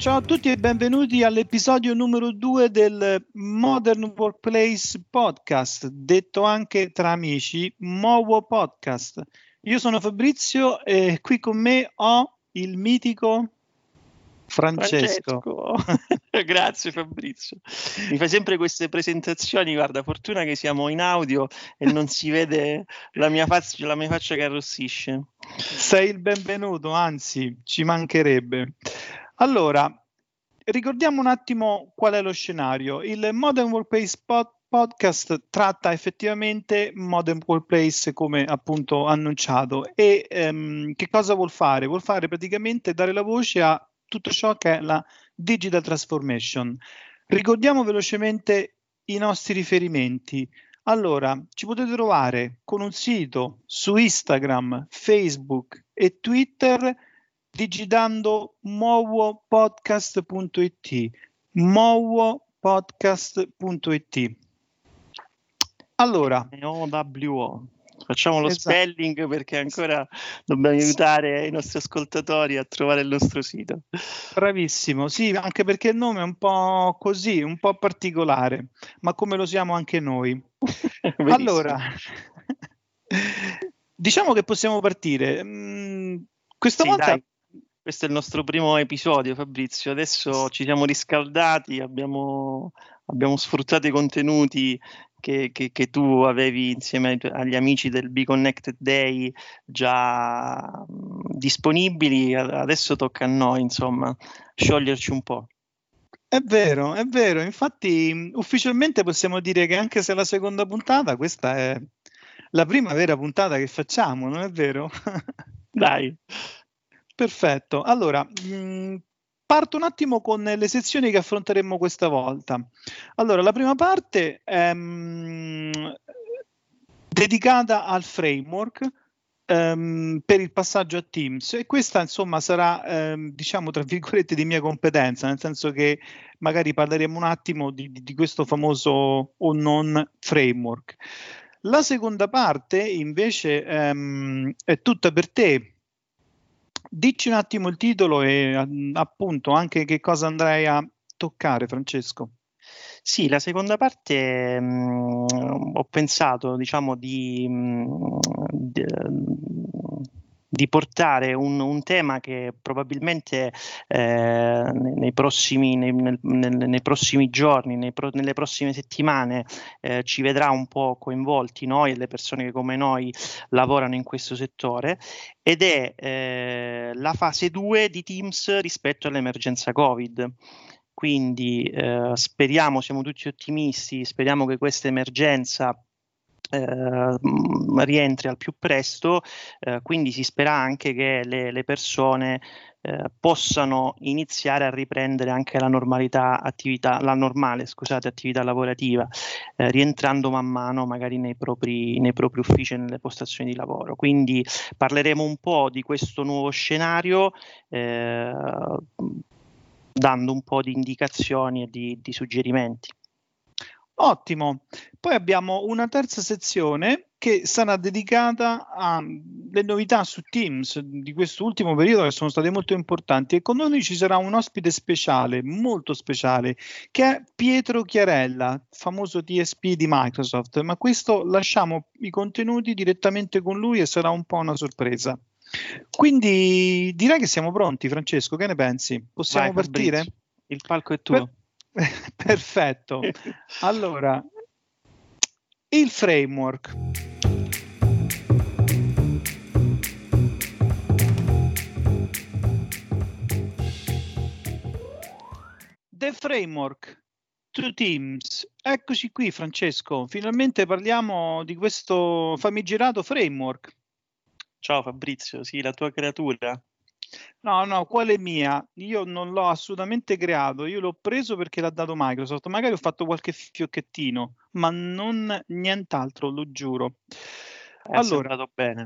Ciao a tutti e benvenuti all'episodio numero 2 del Modern Workplace Podcast, detto anche tra amici MOWO Podcast. Io sono Fabrizio e qui con me ho il mitico Francesco. Grazie Fabrizio. Mi fai sempre queste presentazioni, guarda, fortuna che siamo in audio e non si vede la mia faccia che arrossisce. Sei il benvenuto, anzi, ci mancherebbe. Allora, ricordiamo un attimo qual è lo scenario. Il Modern Workplace Podcast tratta effettivamente Modern Workplace come appunto annunciato e che cosa vuol fare? Vuol fare praticamente dare la voce a tutto ciò che è la digital transformation. Ricordiamo velocemente i nostri riferimenti. Allora, ci potete trovare con un sito su Instagram, Facebook e Twitter digitando mowopodcast.it. mowopodcast.it. Allora, MOWO. Facciamo lo esatto. spelling perché ancora dobbiamo aiutare i nostri ascoltatori a trovare il nostro sito. Bravissimo, sì, anche perché il nome è un po' così, un po' particolare, ma come lo siamo anche noi. Allora, diciamo che possiamo partire. Questa sì, volta... dai. Questo è il nostro primo episodio, Fabrizio. Adesso ci siamo riscaldati, abbiamo sfruttato i contenuti che tu avevi insieme agli amici del Be Connected Day già disponibili. Adesso tocca a noi, insomma, scioglierci un po'. È vero, è vero. Infatti, ufficialmente possiamo dire che anche se è la seconda puntata, questa è la prima vera puntata che facciamo, non è vero? Dai. Perfetto. Allora, parto un attimo con le sezioni che affronteremo questa volta. Allora, la prima parte è dedicata al framework per il passaggio a Teams e questa insomma sarà diciamo tra virgolette di mia competenza, nel senso che magari parleremo un attimo di questo famoso o non framework. La seconda parte invece è tutta per te. Dici un attimo il titolo e appunto anche che cosa andrai a toccare, Francesco. Sì, la seconda parte ho pensato, diciamo, di portare un tema che probabilmente nei prossimi giorni, nelle prossime settimane ci vedrà un po' coinvolti noi e le persone che come noi lavorano in questo settore, ed è la fase 2 di Teams rispetto all'emergenza Covid. Quindi speriamo, siamo tutti ottimisti, speriamo che questa emergenza rientri al più presto, quindi si spera anche che le persone possano iniziare a riprendere anche la normale attività lavorativa, rientrando man mano magari nei propri uffici e nelle postazioni di lavoro. Quindi parleremo un po' di questo nuovo scenario, dando un po' di indicazioni e di suggerimenti. Ottimo. Poi abbiamo una terza sezione che sarà dedicata alle novità su Teams di questo ultimo periodo che sono state molto importanti e con noi ci sarà un ospite speciale, molto speciale, che è Pietro Chiarella, famoso TSP di Microsoft, ma questo lasciamo i contenuti direttamente con lui e sarà un po' una sorpresa. Quindi direi che siamo pronti, Francesco, che ne pensi? Possiamo partire? Fabrizio, il palco è tuo. Perfetto. Allora, il framework. The framework to Teams. Eccoci qui, Francesco. Finalmente parliamo di questo famigerato framework. Ciao Fabrizio, sì, la tua creatura. No, quale mia? Io non l'ho assolutamente creato, io l'ho preso perché l'ha dato Microsoft, magari ho fatto qualche fiocchettino, ma non nient'altro, lo giuro. Allora, È andato bene.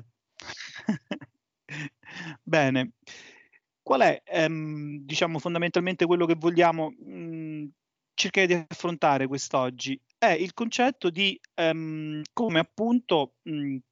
Bene, qual è, diciamo, fondamentalmente quello che vogliamo cercare di affrontare quest'oggi? È il concetto di come appunto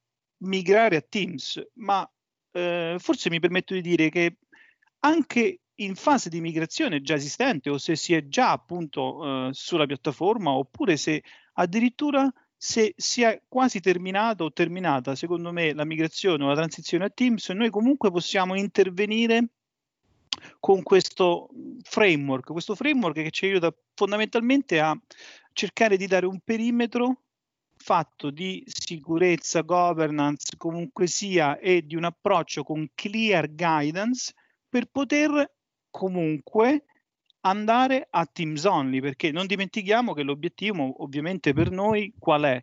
migrare a Teams, ma forse mi permetto di dire che anche in fase di migrazione già esistente o se si è già appunto sulla piattaforma, oppure se addirittura se si è quasi terminato o terminata, secondo me, la migrazione o la transizione a Teams, noi comunque possiamo intervenire con questo framework che ci aiuta fondamentalmente a cercare di dare un perimetro fatto di sicurezza, governance, comunque sia, e di un approccio con clear guidance per poter comunque andare a Teams only, perché non dimentichiamo che l'obiettivo ovviamente per noi qual è?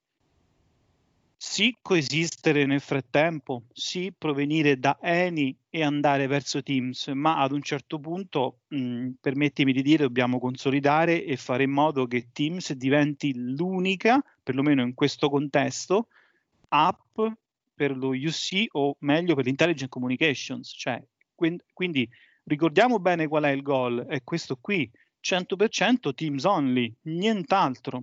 Sì, coesistere nel frattempo, sì, provenire da Eni e andare verso Teams, ma ad un certo punto, permettimi di dire, dobbiamo consolidare e fare in modo che Teams diventi l'unica, perlomeno in questo contesto, app per lo UC o meglio per l'Intelligent Communications. Cioè, quindi ricordiamo bene qual è il goal, è questo qui, 100% Teams only, nient'altro.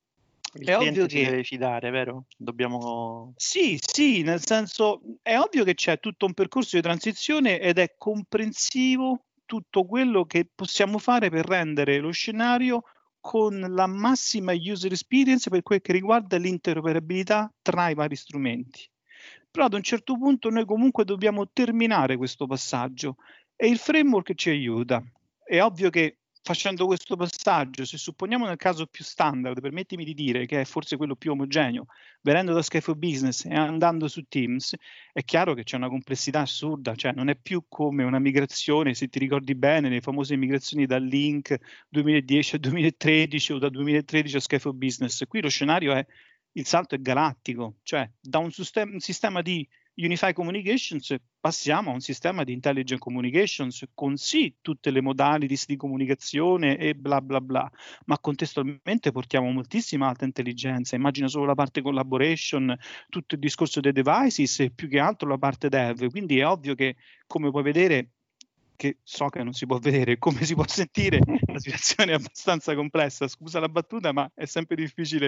Il cliente si deve fidare, vero? Dobbiamo... Sì, nel senso, è ovvio che c'è tutto un percorso di transizione ed è comprensivo tutto quello che possiamo fare per rendere lo scenario con la massima user experience per quel che riguarda l'interoperabilità tra i vari strumenti. Però ad un certo punto noi comunque dobbiamo terminare questo passaggio e il framework ci aiuta. È ovvio che facendo questo passaggio, se supponiamo nel caso più standard, permettimi di dire che è forse quello più omogeneo, venendo da Sky for Business e andando su Teams, è chiaro che c'è una complessità assurda, cioè non è più come una migrazione, se ti ricordi bene, le famose migrazioni dal Link 2010 a 2013 o da 2013 a Sky for Business. Qui lo scenario è, il salto è galattico, cioè da un sistema di Unified Communications passiamo a un sistema di Intelligent Communications con sì tutte le modalities di comunicazione e bla bla bla, ma contestualmente portiamo moltissima alta intelligenza. Immagina solo la parte collaboration, tutto il discorso dei devices e più che altro la parte dev. Quindi è ovvio che, come puoi vedere, che so che non si può vedere, come si può sentire, la situazione è abbastanza complessa. Scusa la battuta, ma è sempre difficile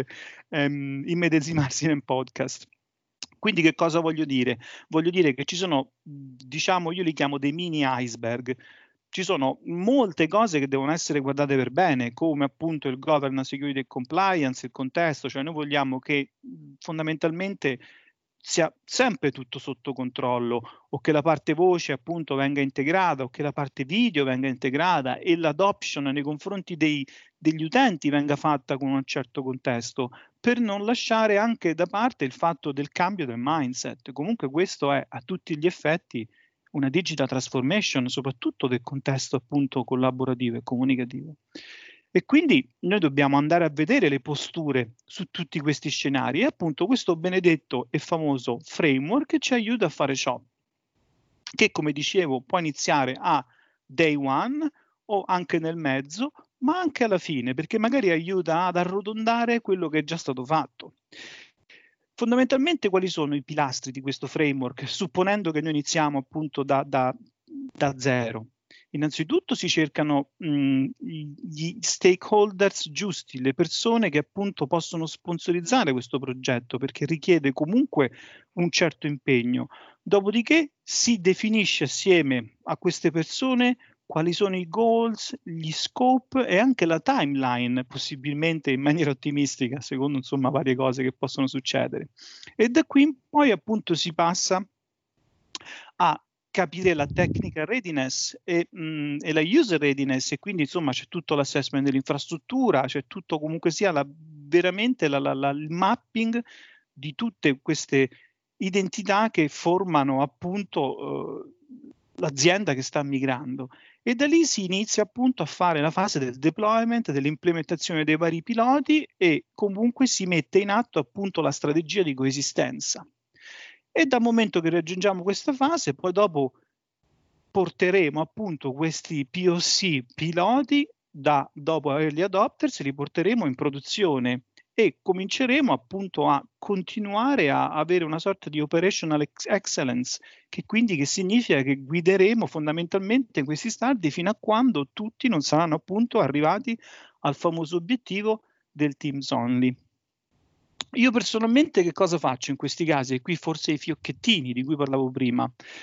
immedesimarsi nel podcast. Quindi che cosa voglio dire? Voglio dire che ci sono, diciamo, io li chiamo dei mini iceberg. Ci sono molte cose che devono essere guardate per bene, come appunto il governance, security e compliance, il contesto, cioè noi vogliamo che fondamentalmente sia sempre tutto sotto controllo, o che la parte voce appunto venga integrata, o che la parte video venga integrata e l'adoption nei confronti degli utenti venga fatta con un certo contesto, per non lasciare anche da parte il fatto del cambio del mindset. Comunque questo è a tutti gli effetti una digital transformation, soprattutto del contesto appunto collaborativo e comunicativo. E quindi noi dobbiamo andare a vedere le posture su tutti questi scenari e appunto questo benedetto e famoso framework ci aiuta a fare ciò, che come dicevo può iniziare a day one o anche nel mezzo, ma anche alla fine, perché magari aiuta ad arrotondare quello che è già stato fatto. Fondamentalmente quali sono i pilastri di questo framework, supponendo che noi iniziamo appunto da zero? Innanzitutto si cercano gli stakeholders giusti, le persone che appunto possono sponsorizzare questo progetto, perché richiede comunque un certo impegno. Dopodiché si definisce assieme a queste persone quali sono i goals, gli scope e anche la timeline, possibilmente in maniera ottimistica, secondo insomma varie cose che possono succedere. E da qui poi appunto si passa a capire la technical readiness e la user readiness, e quindi insomma c'è tutto l'assessment dell'infrastruttura, c'è tutto comunque sia veramente il mapping di tutte queste identità che formano appunto l'azienda che sta migrando. E da lì si inizia appunto a fare la fase del deployment, dell'implementazione dei vari piloti e comunque si mette in atto appunto la strategia di coesistenza. E dal momento che raggiungiamo questa fase, poi dopo porteremo appunto questi POC piloti dopo early adopters, li porteremo in produzione e cominceremo appunto a continuare a avere una sorta di operational excellence, che significa che guideremo fondamentalmente questi stadi fino a quando tutti non saranno appunto arrivati al famoso obiettivo del Teams only. Io personalmente che cosa faccio in questi casi? E qui forse i fiocchettini di cui parlavo prima.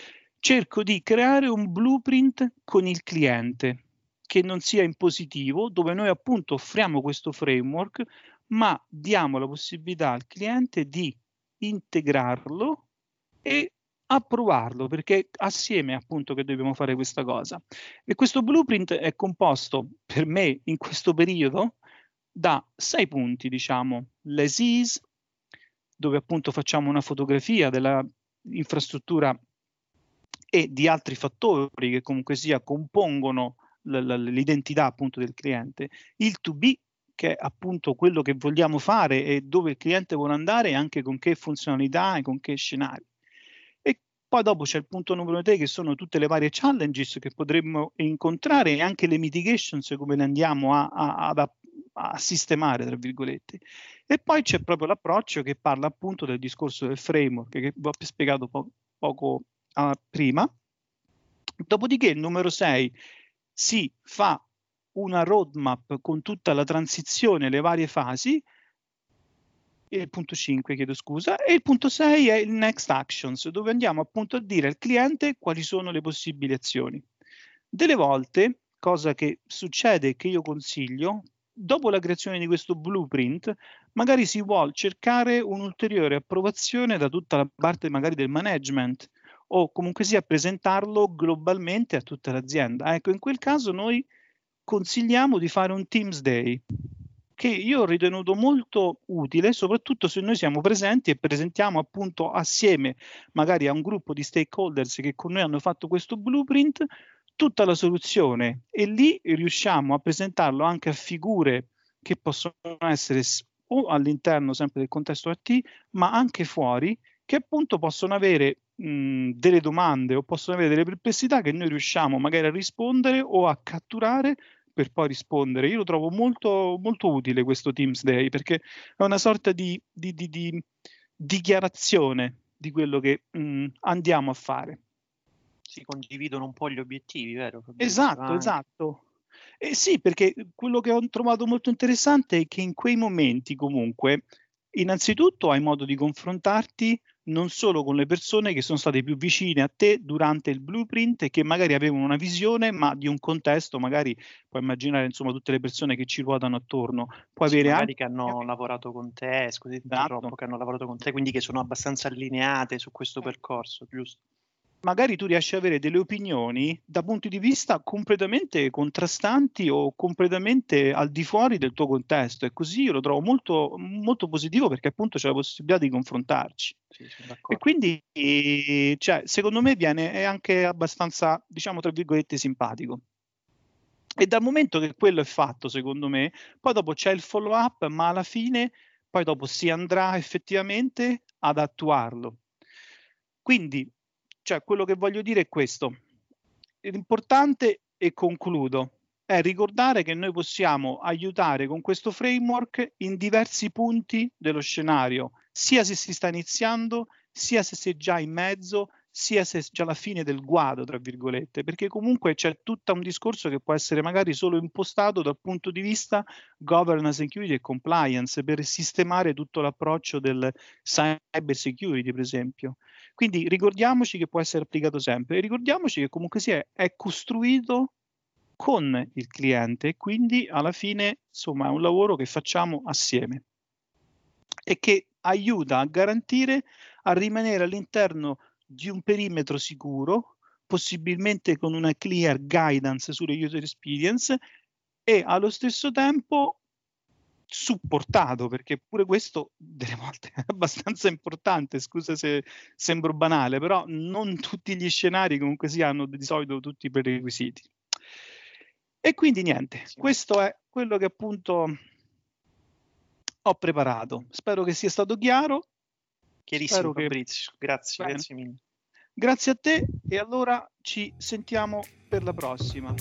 cerco di creare un blueprint con il cliente che non sia impositivo, dove noi appunto offriamo questo framework, ma diamo la possibilità al cliente di integrarlo e approvarlo, perché assieme appunto che dobbiamo fare questa cosa. E questo blueprint è composto per me in questo periodo da 6 punti, diciamo, l'as is, dove appunto facciamo una fotografia della infrastruttura e di altri fattori che comunque sia compongono l'identità appunto del cliente, il to be, che è appunto quello che vogliamo fare e dove il cliente vuole andare e anche con che funzionalità e con che scenari. E poi dopo c'è il punto numero 3, che sono tutte le varie challenges che potremmo incontrare e anche le mitigations, come le andiamo a sistemare, tra virgolette. E poi c'è proprio l'approccio che parla appunto del discorso del framework, che vi ho spiegato poco prima. Dopodiché il numero 6 si fa una roadmap con tutta la transizione, le varie fasi, e il punto 5, chiedo scusa, e il punto 6 è il next actions, dove andiamo appunto a dire al cliente quali sono le possibili azioni. Delle volte, cosa che succede che io consiglio, dopo la creazione di questo blueprint, magari si vuole cercare un'ulteriore approvazione da tutta la parte magari del management, o comunque sia presentarlo globalmente a tutta l'azienda. Ecco, in quel caso noi consigliamo di fare un Teams Day, che io ho ritenuto molto utile, soprattutto se noi siamo presenti e presentiamo appunto assieme magari a un gruppo di stakeholders che con noi hanno fatto questo blueprint tutta la soluzione, e lì riusciamo a presentarlo anche a figure che possono essere o all'interno sempre del contesto IT, ma anche fuori, che appunto possono avere delle domande o possono avere delle perplessità che noi riusciamo magari a rispondere o a catturare per poi rispondere. Io lo trovo molto, molto utile questo Teams Day, perché è una sorta di dichiarazione di quello che andiamo a fare. Si condividono un po' gli obiettivi, vero? Esatto, esatto. Sì, perché quello che ho trovato molto interessante è che in quei momenti comunque, innanzitutto hai modo di confrontarti non solo con le persone che sono state più vicine a te durante il blueprint e che magari avevano una visione, ma di un contesto, magari puoi immaginare insomma tutte le persone che ci ruotano attorno, puoi avere magari anche che hanno lavorato con te, scusi, esatto, troppo, che hanno lavorato con te, quindi che sono abbastanza allineate su questo percorso, giusto? magari tu riesci ad avere delle opinioni da punti di vista completamente contrastanti o completamente al di fuori del tuo contesto, e così io lo trovo molto, molto positivo, perché appunto c'è la possibilità di confrontarci. Sì, e quindi cioè, secondo me è anche abbastanza, diciamo tra virgolette, simpatico. E dal momento che quello è fatto, secondo me, poi dopo c'è il follow up, ma alla fine poi dopo si andrà effettivamente ad attuarlo. Quindi, cioè, quello che voglio dire è questo. L'importante, e concludo, è ricordare che noi possiamo aiutare con questo framework in diversi punti dello scenario, sia se si sta iniziando, sia se si è già in mezzo, sia se è già alla fine del guado, tra virgolette, perché comunque c'è tutto un discorso che può essere magari solo impostato dal punto di vista governance, security e compliance, per sistemare tutto l'approccio del cyber security, per esempio. Quindi ricordiamoci che può essere applicato sempre, e ricordiamoci che comunque è costruito con il cliente, e quindi alla fine insomma è un lavoro che facciamo assieme e che aiuta a garantire a rimanere all'interno di un perimetro sicuro, possibilmente con una clear guidance sulle user experience, e allo stesso tempo supportato, perché pure questo delle volte è abbastanza importante. Scusa se sembro banale, però non tutti gli scenari comunque si hanno di solito tutti i prerequisiti. E quindi niente, questo è quello che appunto ho preparato. Spero che sia stato chiaro. Chiarissimo, Fabrizio, grazie, Bene. grazie mille. Grazie a te, e allora ci sentiamo per la prossima.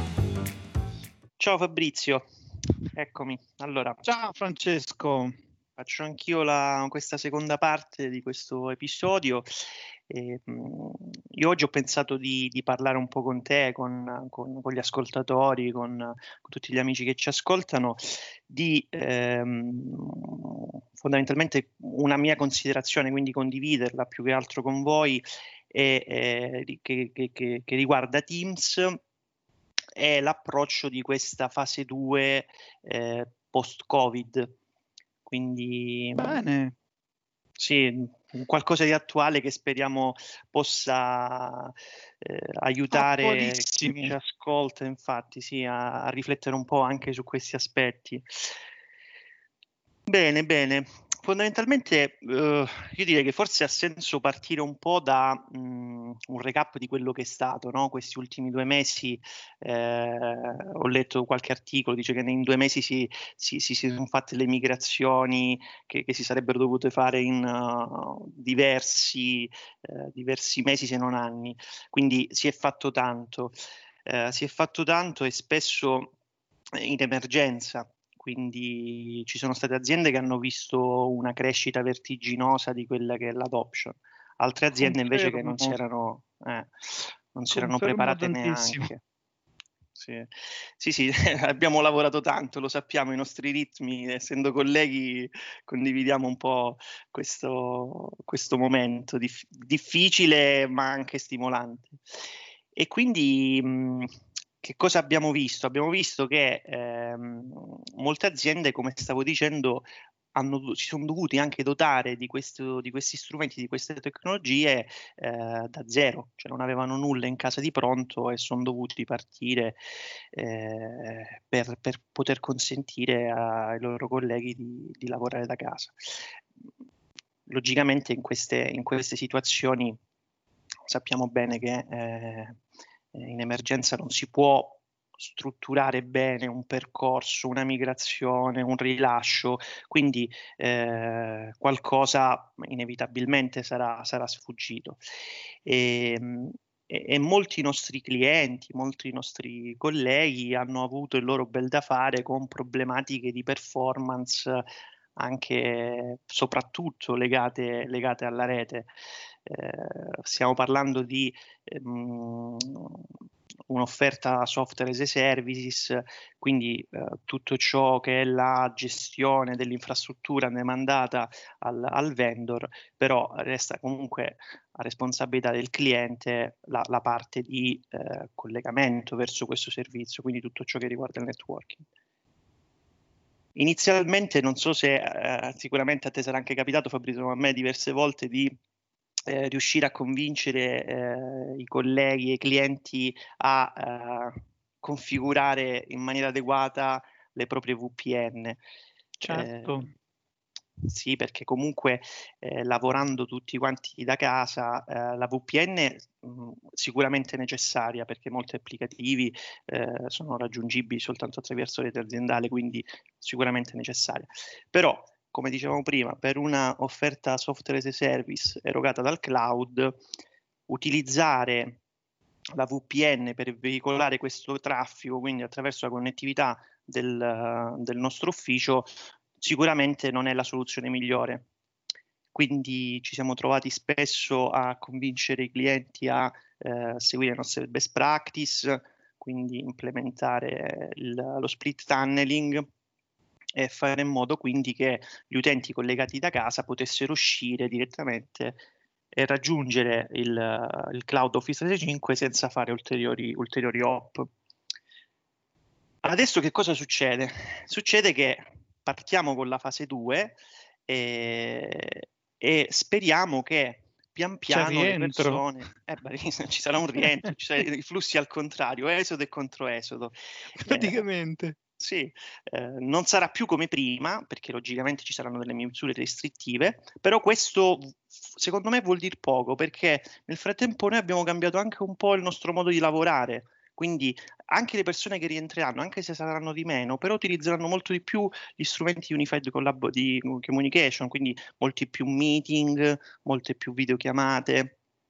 Ciao Fabrizio, eccomi. Allora, ciao Francesco. Faccio anch'io questa seconda parte di questo episodio. Io oggi ho pensato di parlare un po' con te, con gli ascoltatori, con tutti gli amici che ci ascoltano, di fondamentalmente una mia considerazione, quindi condividerla più che altro con voi, che riguarda Teams e l'approccio di questa fase 2 post-Covid. Quindi Bene. sì, qualcosa di attuale che speriamo possa aiutare chi Attualissimo. ci ascolta, infatti, sì, a riflettere un po' anche su questi aspetti. Bene, bene. Fondamentalmente, io direi che forse ha senso partire un po' da un recap di quello che è stato, no, questi ultimi 2 mesi. Ho letto qualche articolo, dice che in 2 mesi si son fatte le migrazioni che si sarebbero dovute fare in diversi mesi, se non anni. Quindi si è fatto tanto. Si è fatto tanto e spesso in emergenza. Quindi ci sono state aziende che hanno visto una crescita vertiginosa di quella che è l'adoption, altre aziende invece che non Confermo, si erano confermo preparate tantissimo. neanche. Sì, sì, sì, abbiamo lavorato tanto, lo sappiamo, i nostri ritmi, essendo colleghi, condividiamo un po' questo momento difficile ma anche stimolante. E quindi che cosa abbiamo visto? Abbiamo visto che molte aziende, come stavo dicendo, si sono dovuti anche dotare di questi strumenti, di queste tecnologie da zero, cioè non avevano nulla in casa di pronto e son dovuti partire per poter consentire ai loro colleghi di lavorare da casa. Logicamente in queste situazioni sappiamo bene che in emergenza non si può strutturare bene un percorso, una migrazione, un rilascio, quindi qualcosa inevitabilmente sarà sfuggito. E molti nostri clienti, molti nostri colleghi hanno avuto il loro bel da fare con problematiche di performance anche soprattutto legate alla rete. Stiamo parlando di un'offerta software as a services, quindi tutto ciò che è la gestione dell'infrastruttura demandata al vendor, però resta comunque a responsabilità del cliente la parte di collegamento verso questo servizio, quindi tutto ciò che riguarda il networking. Inizialmente non so se sicuramente a te sarà anche capitato, Fabrizio, ma a me diverse volte di riuscire a convincere i colleghi e i clienti a configurare in maniera adeguata le proprie VPN. Certo. Sì, perché comunque lavorando tutti quanti da casa, la VPN sicuramente necessaria, perché molti applicativi sono raggiungibili soltanto attraverso rete aziendale, quindi sicuramente necessaria. Però, come dicevamo prima, per una offerta software as a service erogata dal cloud, utilizzare la VPN per veicolare questo traffico, quindi attraverso la connettività del nostro ufficio, sicuramente non è la soluzione migliore. Quindi ci siamo trovati spesso a convincere i clienti a seguire le nostre best practice, quindi implementare lo split tunneling e fare in modo quindi che gli utenti collegati da casa potessero uscire direttamente e raggiungere il cloud Office 365 senza fare ulteriori hop. Adesso che cosa succede? Succede che partiamo con la fase 2 e speriamo che pian C'è il piano le rientro. persone ci sarà un rientro, ci saranno i flussi al contrario, esodo e controesodo. Ehm Praticamente. sì, non sarà più come prima, perché logicamente ci saranno delle misure restrittive, però questo secondo me vuol dir poco, perché nel frattempo noi abbiamo cambiato anche un po' il nostro modo di lavorare, quindi anche le persone che rientreranno, anche se saranno di meno, però utilizzeranno molto di più gli strumenti unified di communication, quindi molti più meeting, molte più videochiamate.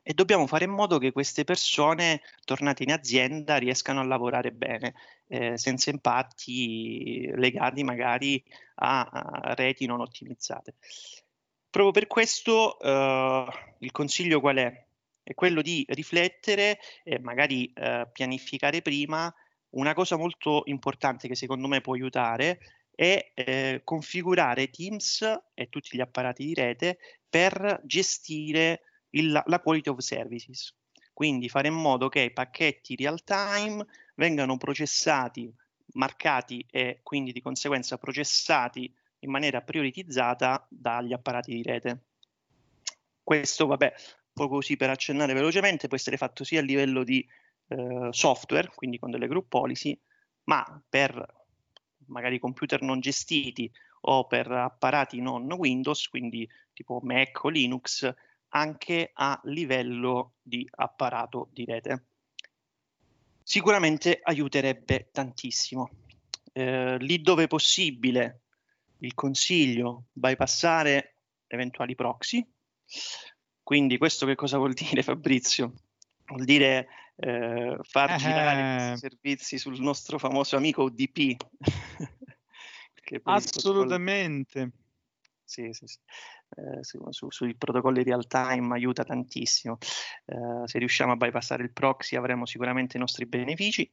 e dobbiamo fare in modo che queste persone, tornate in azienda, riescano a lavorare bene, senza impatti legati magari a reti non ottimizzate. Proprio per questo il consiglio qual è? È quello di riflettere e magari pianificare prima. Una cosa molto importante che secondo me può aiutare è configurare Teams e tutti gli apparati di rete per gestire la quality of services. Quindi fare in modo che i pacchetti real time vengano processati, marcati e quindi di conseguenza processati in maniera prioritizzata dagli apparati di rete. Questo, vabbè, poco così per accennare velocemente, può essere fatto sia a livello di software, quindi con delle group policy, ma per magari computer non gestiti o per apparati non Windows, quindi tipo Mac o Linux, anche a livello di apparato di rete. Sicuramente aiuterebbe tantissimo. Lì dove possibile, il consiglio, bypassare eventuali proxy. Quindi questo che cosa vuol dire, Fabrizio? Vuol dire far girare questi servizi sul nostro famoso amico UDP. Che per assolutamente. sì. Sui protocolli real time aiuta tantissimo. Se riusciamo a bypassare il proxy avremo sicuramente i nostri benefici.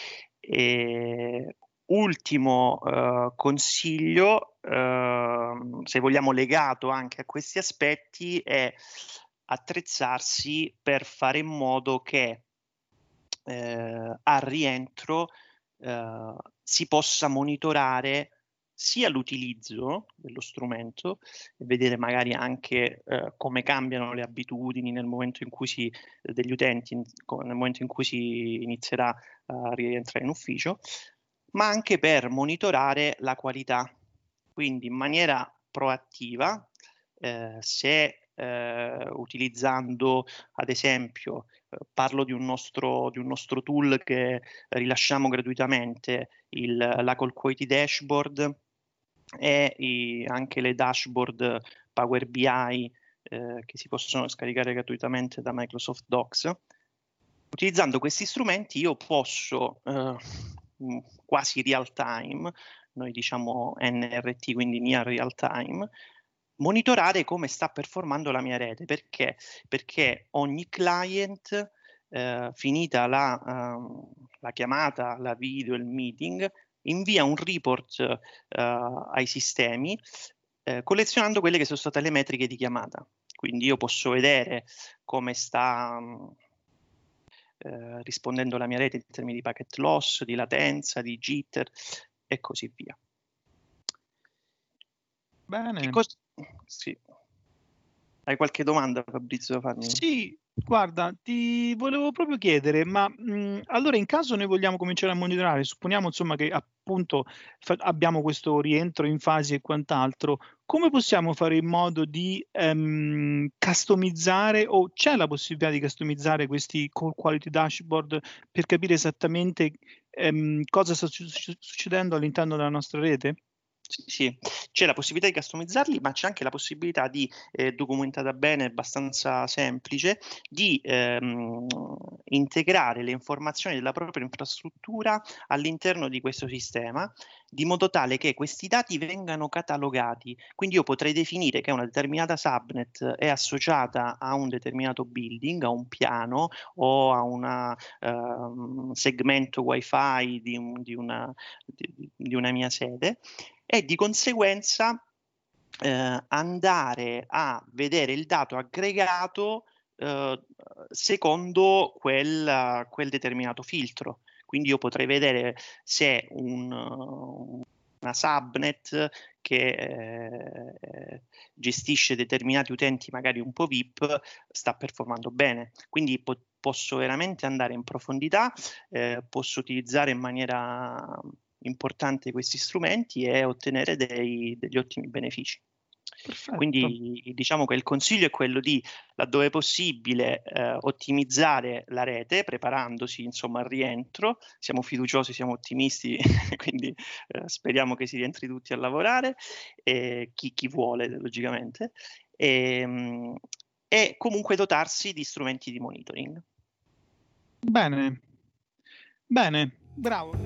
Ultimo consiglio, se vogliamo legato anche a questi aspetti, è attrezzarsi per fare in modo che al rientro si possa monitorare sia l'utilizzo dello strumento e vedere magari anche come cambiano le abitudini nel momento in cui degli utenti, nel momento in cui si inizierà a rientrare in ufficio, ma anche per monitorare la qualità, quindi in maniera proattiva, se utilizzando ad esempio, parlo di un nostro tool che rilasciamo gratuitamente, la Call Quality Dashboard e anche le dashboard Power BI che si possono scaricare gratuitamente da Microsoft Docs. Utilizzando questi strumenti io posso quasi real time, noi diciamo NRT, quindi near real time, monitorare come sta performando la mia rete. Perché ogni client, finita la chiamata, la video, il meeting, invia un report ai sistemi collezionando quelle che sono state le metriche di chiamata. Quindi io posso vedere come sta rispondendo la mia rete in termini di packet loss, di latenza, di jitter e così via. Bene. Sì. Hai qualche domanda, Fabrizio, da farmi? Sì, guarda, ti volevo proprio chiedere, ma allora in caso noi vogliamo cominciare a monitorare, supponiamo insomma che appunto abbiamo questo rientro in fasi e quant'altro, come possiamo fare in modo di customizzare, o c'è la possibilità di customizzare questi call quality dashboard per capire esattamente cosa sta succedendo all'interno della nostra rete? Sì, c'è la possibilità di customizzarli, ma c'è anche la possibilità di, documentata bene, abbastanza semplice, di integrare le informazioni della propria infrastruttura all'interno di questo sistema, di modo tale che questi dati vengano catalogati. Quindi io potrei definire che una determinata subnet è associata a un determinato building, a un piano o a un segmento wifi di una mia sede, e di conseguenza andare a vedere il dato aggregato secondo quel determinato filtro. Quindi io potrei vedere se una subnet che gestisce determinati utenti magari un po' VIP sta performando bene. Quindi posso veramente andare in profondità, posso utilizzare in maniera importante questi strumenti e ottenere degli ottimi benefici. Perfetto. Quindi diciamo che il consiglio è quello di, laddove possibile, ottimizzare la rete preparandosi insomma al rientro. Siamo fiduciosi, siamo ottimisti, quindi speriamo che si rientri tutti a lavorare, chi vuole logicamente. e comunque dotarsi di strumenti di monitoring. Bene, bravo.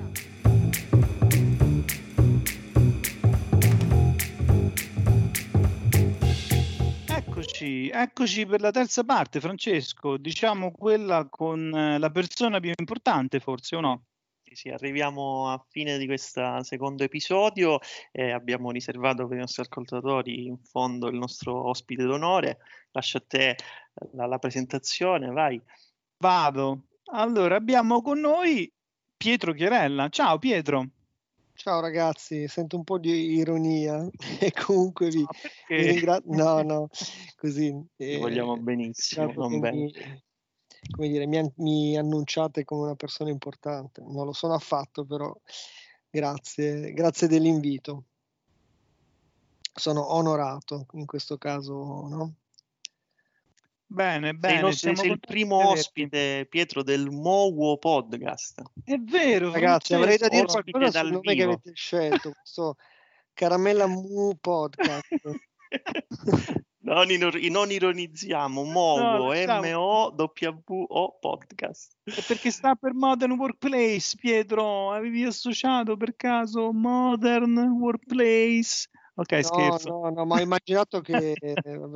Eccoci per la terza parte, Francesco, diciamo quella con la persona più importante, forse, o no? Sì, arriviamo a fine di questo secondo episodio e abbiamo riservato per i nostri ascoltatori in fondo il nostro ospite d'onore. Lascio a te la presentazione, vai. Vado. Allora, abbiamo con noi Pietro Chiarella. Ciao Pietro. Ciao ragazzi, sento un po' di ironia e comunque vi Perché? ringrazio. No, così. Ti vogliamo benissimo, non bene. Come dire, mi annunciate come una persona importante. Non lo sono affatto, però grazie dell'invito. Sono onorato in questo caso, no? Bene, Sei il primo ospite, Pietro, del Mowo Podcast. È vero, ragazzi, avrei da dire ospite qualcosa sul dal nome che avete scelto, questo Caramella Mu Podcast. Non ironizziamo, Mowo, MOWO Podcast. È perché sta per Modern Workplace, Pietro. Avevi associato per caso Modern Workplace? Ok, scherzo. No, ma ho immaginato che vabbè.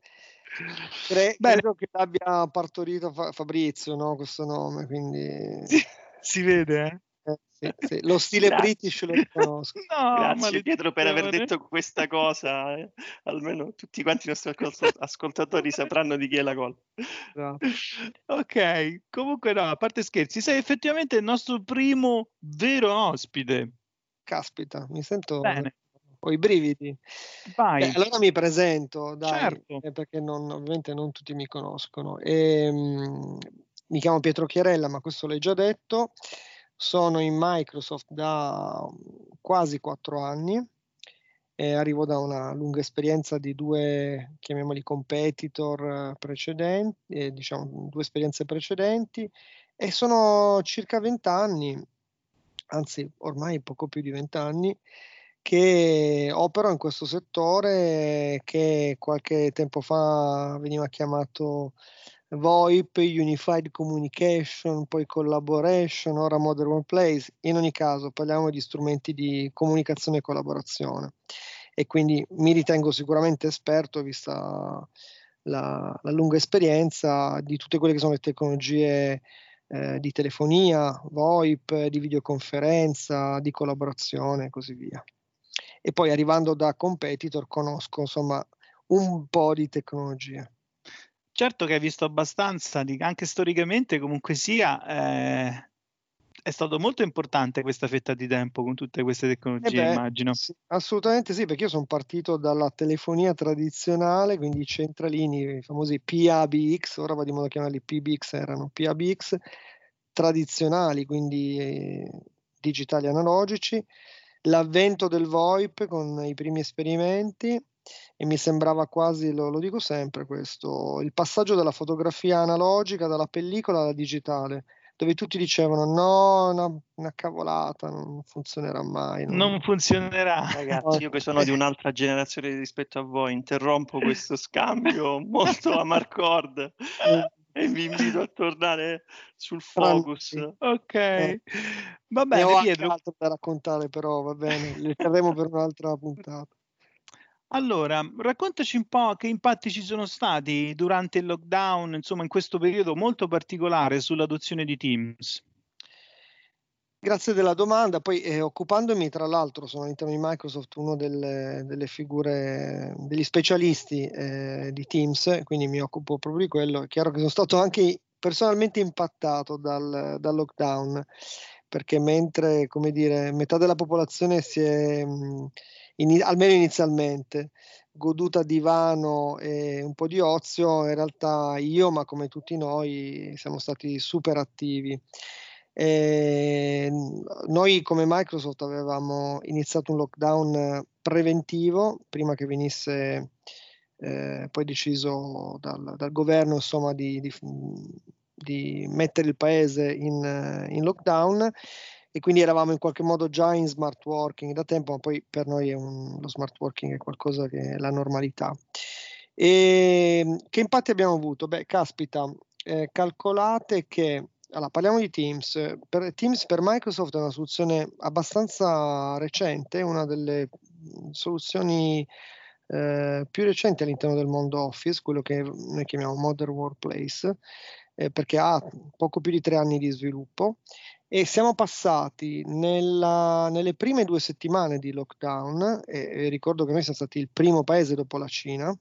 Credo che l'abbia partorito Fabrizio, no? Questo nome, quindi si vede, sì. Lo stile British lo riconosco. No, grazie Pietro per aver detto questa cosa, almeno tutti quanti i nostri ascoltatori sapranno di chi è la colpa. Esatto. Ok, comunque no, a parte scherzi, sei effettivamente il nostro primo vero ospite. Caspita, mi sento bene. Ho i brividi. Vai. Beh, allora mi presento, dai, certo. Perché ovviamente non tutti mi conoscono. Mi chiamo Pietro Chiarella, ma questo l'hai già detto. Sono in Microsoft da quasi 4 anni e arrivo da una lunga esperienza di 2, chiamiamoli competitor precedenti, diciamo 2 esperienze precedenti, e sono circa 20 anni, anzi ormai poco più di 20 anni, che opero in questo settore che qualche tempo fa veniva chiamato VoIP, Unified Communication, poi Collaboration, ora Modern Workplace. In ogni caso parliamo di strumenti di comunicazione e collaborazione, e quindi mi ritengo sicuramente esperto, vista la lunga esperienza di tutte quelle che sono le tecnologie di telefonia, VoIP, di videoconferenza, di collaborazione e così via. E poi arrivando da competitor conosco insomma un po' di tecnologie. Certo che hai visto abbastanza, anche storicamente comunque sia, è stato molto importante questa fetta di tempo con tutte queste tecnologie, immagino. Sì, assolutamente sì, perché io sono partito dalla telefonia tradizionale, quindi i centralini, i famosi PABX, ora va di modo a chiamarli PBX, erano PABX tradizionali, quindi digitali analogici, l'avvento del VoIP con i primi esperimenti, e mi sembrava quasi, lo dico sempre questo, il passaggio dalla fotografia analogica, dalla pellicola alla digitale, dove tutti dicevano no, una cavolata, non funzionerà mai. Non funzionerà. Ragazzi, io che sono di un'altra generazione rispetto a voi, interrompo questo scambio molto a Marcord e vi invito a tornare sul focus. Ok, va bene, ne ho Pietro. anche altro da raccontare, però va bene, le terremo per un'altra puntata. Allora, raccontaci un po' che impatti ci sono stati durante il lockdown, insomma, in questo periodo molto particolare sull'adozione di Teams. Grazie della domanda. Poi occupandomi, tra l'altro, sono all'interno di Microsoft uno delle figure, degli specialisti di Teams, quindi mi occupo proprio di quello. È chiaro che sono stato anche personalmente impattato dal lockdown, perché mentre, come dire, metà della popolazione si è, almeno inizialmente, goduta divano e un po' di ozio, in realtà io, ma come tutti noi, siamo stati super attivi. Noi come Microsoft avevamo iniziato un lockdown preventivo prima che venisse poi deciso dal governo, insomma, di mettere il paese in lockdown, e quindi eravamo in qualche modo già in smart working da tempo, ma poi per noi lo smart working è qualcosa che è la normalità. E che impatti abbiamo avuto? Beh, caspita, calcolate che, allora, parliamo di Teams. Teams per Microsoft è una soluzione abbastanza recente, una delle soluzioni più recenti all'interno del mondo Office, quello che noi chiamiamo Modern Workplace, perché ha poco più di 3 anni di sviluppo, e siamo passati nelle prime 2 settimane di lockdown, e ricordo che noi siamo stati il primo paese dopo la Cina,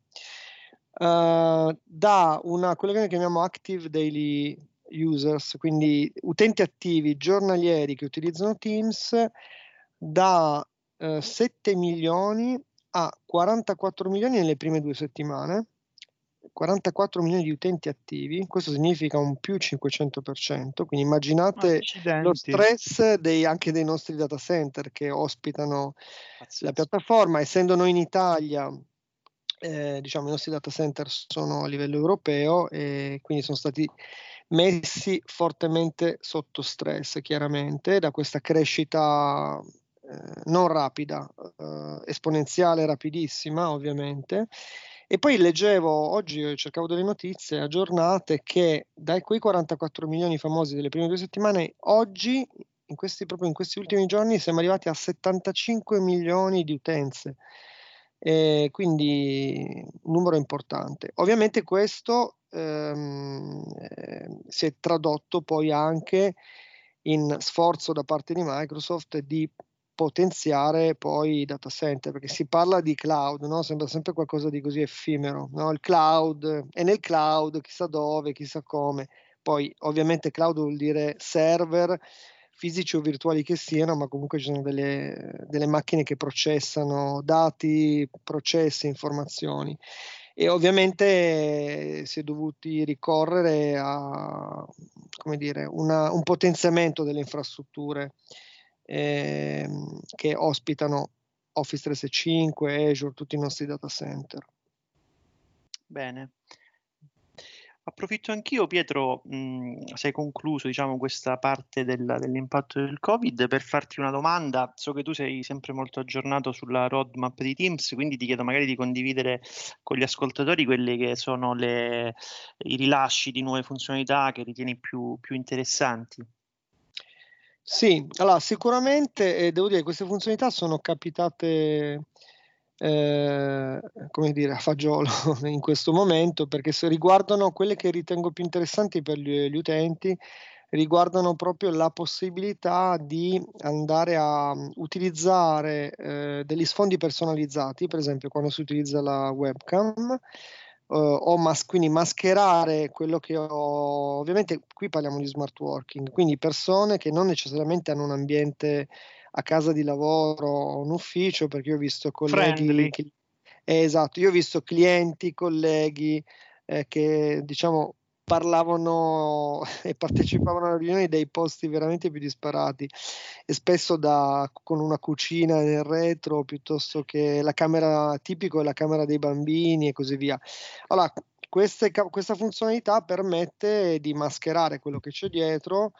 da quello che noi chiamiamo Active Daily Users, quindi utenti attivi giornalieri che utilizzano Teams, da 7 milioni a 44 milioni nelle prime 2 settimane. 44 milioni di utenti attivi, questo significa un più 500%, quindi immaginate lo stress anche dei nostri data center che ospitano la piattaforma. Essendo noi in Italia, diciamo, i nostri data center sono a livello europeo e quindi sono stati messi fortemente sotto stress, chiaramente, da questa crescita non rapida, esponenziale, rapidissima, ovviamente. E poi leggevo oggi, cercavo delle notizie aggiornate, che da quei 44 milioni famosi delle prime 2 settimane, oggi, proprio in questi ultimi giorni, siamo arrivati a 75 milioni di utenze. Quindi un numero importante. Ovviamente questo si è tradotto poi anche in sforzo da parte di Microsoft di potenziare poi i data center, perché si parla di cloud, no? Sembra sempre qualcosa di così effimero, no? Il cloud è nel cloud, chissà dove, chissà come. Poi ovviamente cloud vuol dire server fisici o virtuali che siano, ma comunque ci sono delle macchine che processano dati, processi, informazioni. E ovviamente si è dovuti ricorrere a, come dire, un potenziamento delle infrastrutture che ospitano Office 365, Azure, tutti i nostri data center. Bene. Approfitto anch'io, Pietro, se hai concluso, diciamo, questa parte dell'impatto del Covid, per farti una domanda. So che tu sei sempre molto aggiornato sulla roadmap di Teams, quindi ti chiedo magari di condividere con gli ascoltatori quelli che sono i rilasci di nuove funzionalità che ritieni più interessanti. Sì, allora sicuramente devo dire che queste funzionalità sono capitate come dire, a fagiolo in questo momento, perché se riguardano quelle che ritengo più interessanti per gli utenti, riguardano proprio la possibilità di andare a utilizzare degli sfondi personalizzati, per esempio quando si utilizza la webcam, quindi mascherare quello che ho. Ovviamente qui parliamo di smart working, quindi persone che non necessariamente hanno un ambiente a casa di lavoro o un ufficio, perché io ho visto colleghi esatto, io ho visto clienti, colleghi che diciamo parlavano e partecipavano alle riunioni dai posti veramente più disparati, e spesso con una cucina nel retro, piuttosto che la camera tipico, la camera dei bambini e così via. Allora, questa funzionalità permette di mascherare quello che c'è dietro,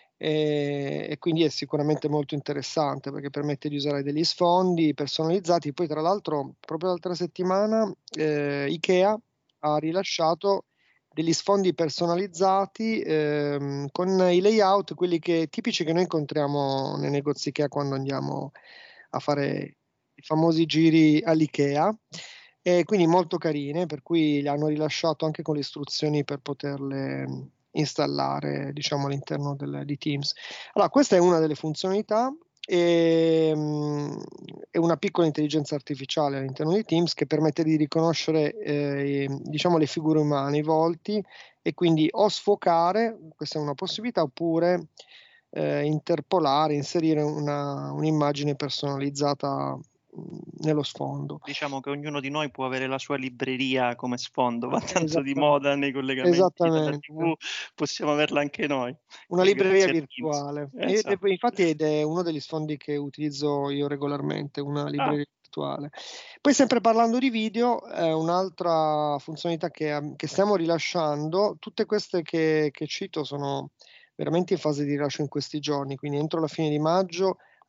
e quindi è sicuramente molto interessante perché permette di usare degli sfondi personalizzati. Poi tra l'altro proprio l'altra settimana IKEA ha rilasciato degli sfondi personalizzati con i layout, quelli tipici che noi incontriamo nei negozi IKEA quando andiamo a fare i famosi giri all'IKEA, e quindi molto carine, per cui le hanno rilasciato anche con le istruzioni per poterle installare, diciamo, all'interno di Teams. Allora, questa è una delle funzionalità, e una piccola intelligenza artificiale all'interno di Teams che permette di riconoscere diciamo le figure umane, i volti, e quindi o sfocare, questa è una possibilità, oppure interpolare, inserire un'immagine personalizzata nello sfondo. Diciamo che ognuno di noi può avere la sua libreria come sfondo, va tanto di moda nei collegamenti della TV, possiamo averla anche noi. Una libreria virtuale. Esatto. Infatti ed è uno degli sfondi che utilizzo io regolarmente, una libreria virtuale. Poi sempre parlando di video, un'altra funzionalità che stiamo rilasciando, tutte queste che cito sono veramente in fase di rilascio in questi giorni, quindi entro la fine di maggio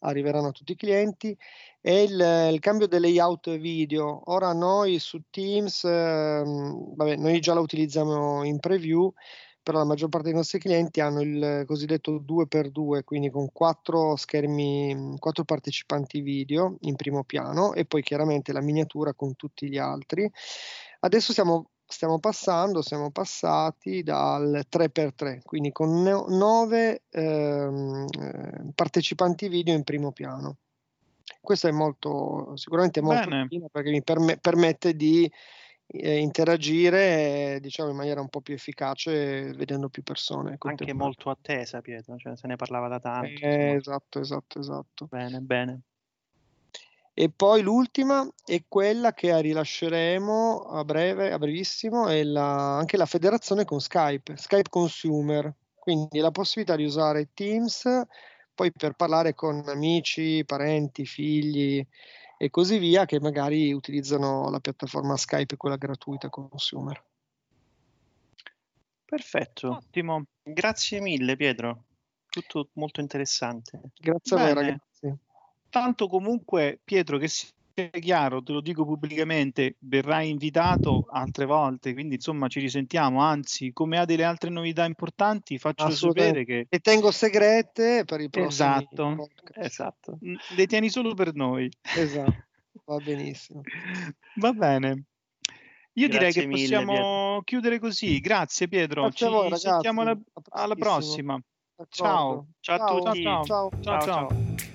arriveranno a tutti i clienti, e il cambio del layout video. Ora noi su Teams, noi già la utilizziamo in preview, però la maggior parte dei nostri clienti hanno il cosiddetto 2x2, quindi con 4 schermi, 4 partecipanti video in primo piano e poi chiaramente la miniatura con tutti gli altri. Adesso siamo passati dal 3x3, quindi con 9 partecipanti video in primo piano. Questo è sicuramente molto utile, perché mi permette di interagire, diciamo, in maniera un po' più efficace, vedendo più persone. Anche molto attesa, Pietro, cioè se ne parlava da tanto. Esatto. Bene. E poi l'ultima è quella che rilasceremo a brevissimo, è anche la federazione con Skype Consumer, quindi la possibilità di usare Teams poi per parlare con amici, parenti, figli e così via, che magari utilizzano la piattaforma Skype, quella gratuita Consumer. Perfetto, ottimo. Grazie mille, Pietro. Tutto molto interessante. Grazie a voi, ragazzi. Tanto comunque, Pietro, che sia chiaro, te lo dico pubblicamente, verrai invitato altre volte, quindi insomma ci risentiamo, anzi, come ha delle altre novità importanti, faccio sapere che... Le tengo segrete per i prossimi Esatto, le tieni solo per noi. Esatto, va benissimo. Va bene. Io direi che possiamo Pietro. chiudere così. Grazie Pietro, Grazie a voi, ragazzi. sentiamo alla prossima. Ciao. Ciao a tutti. Ciao.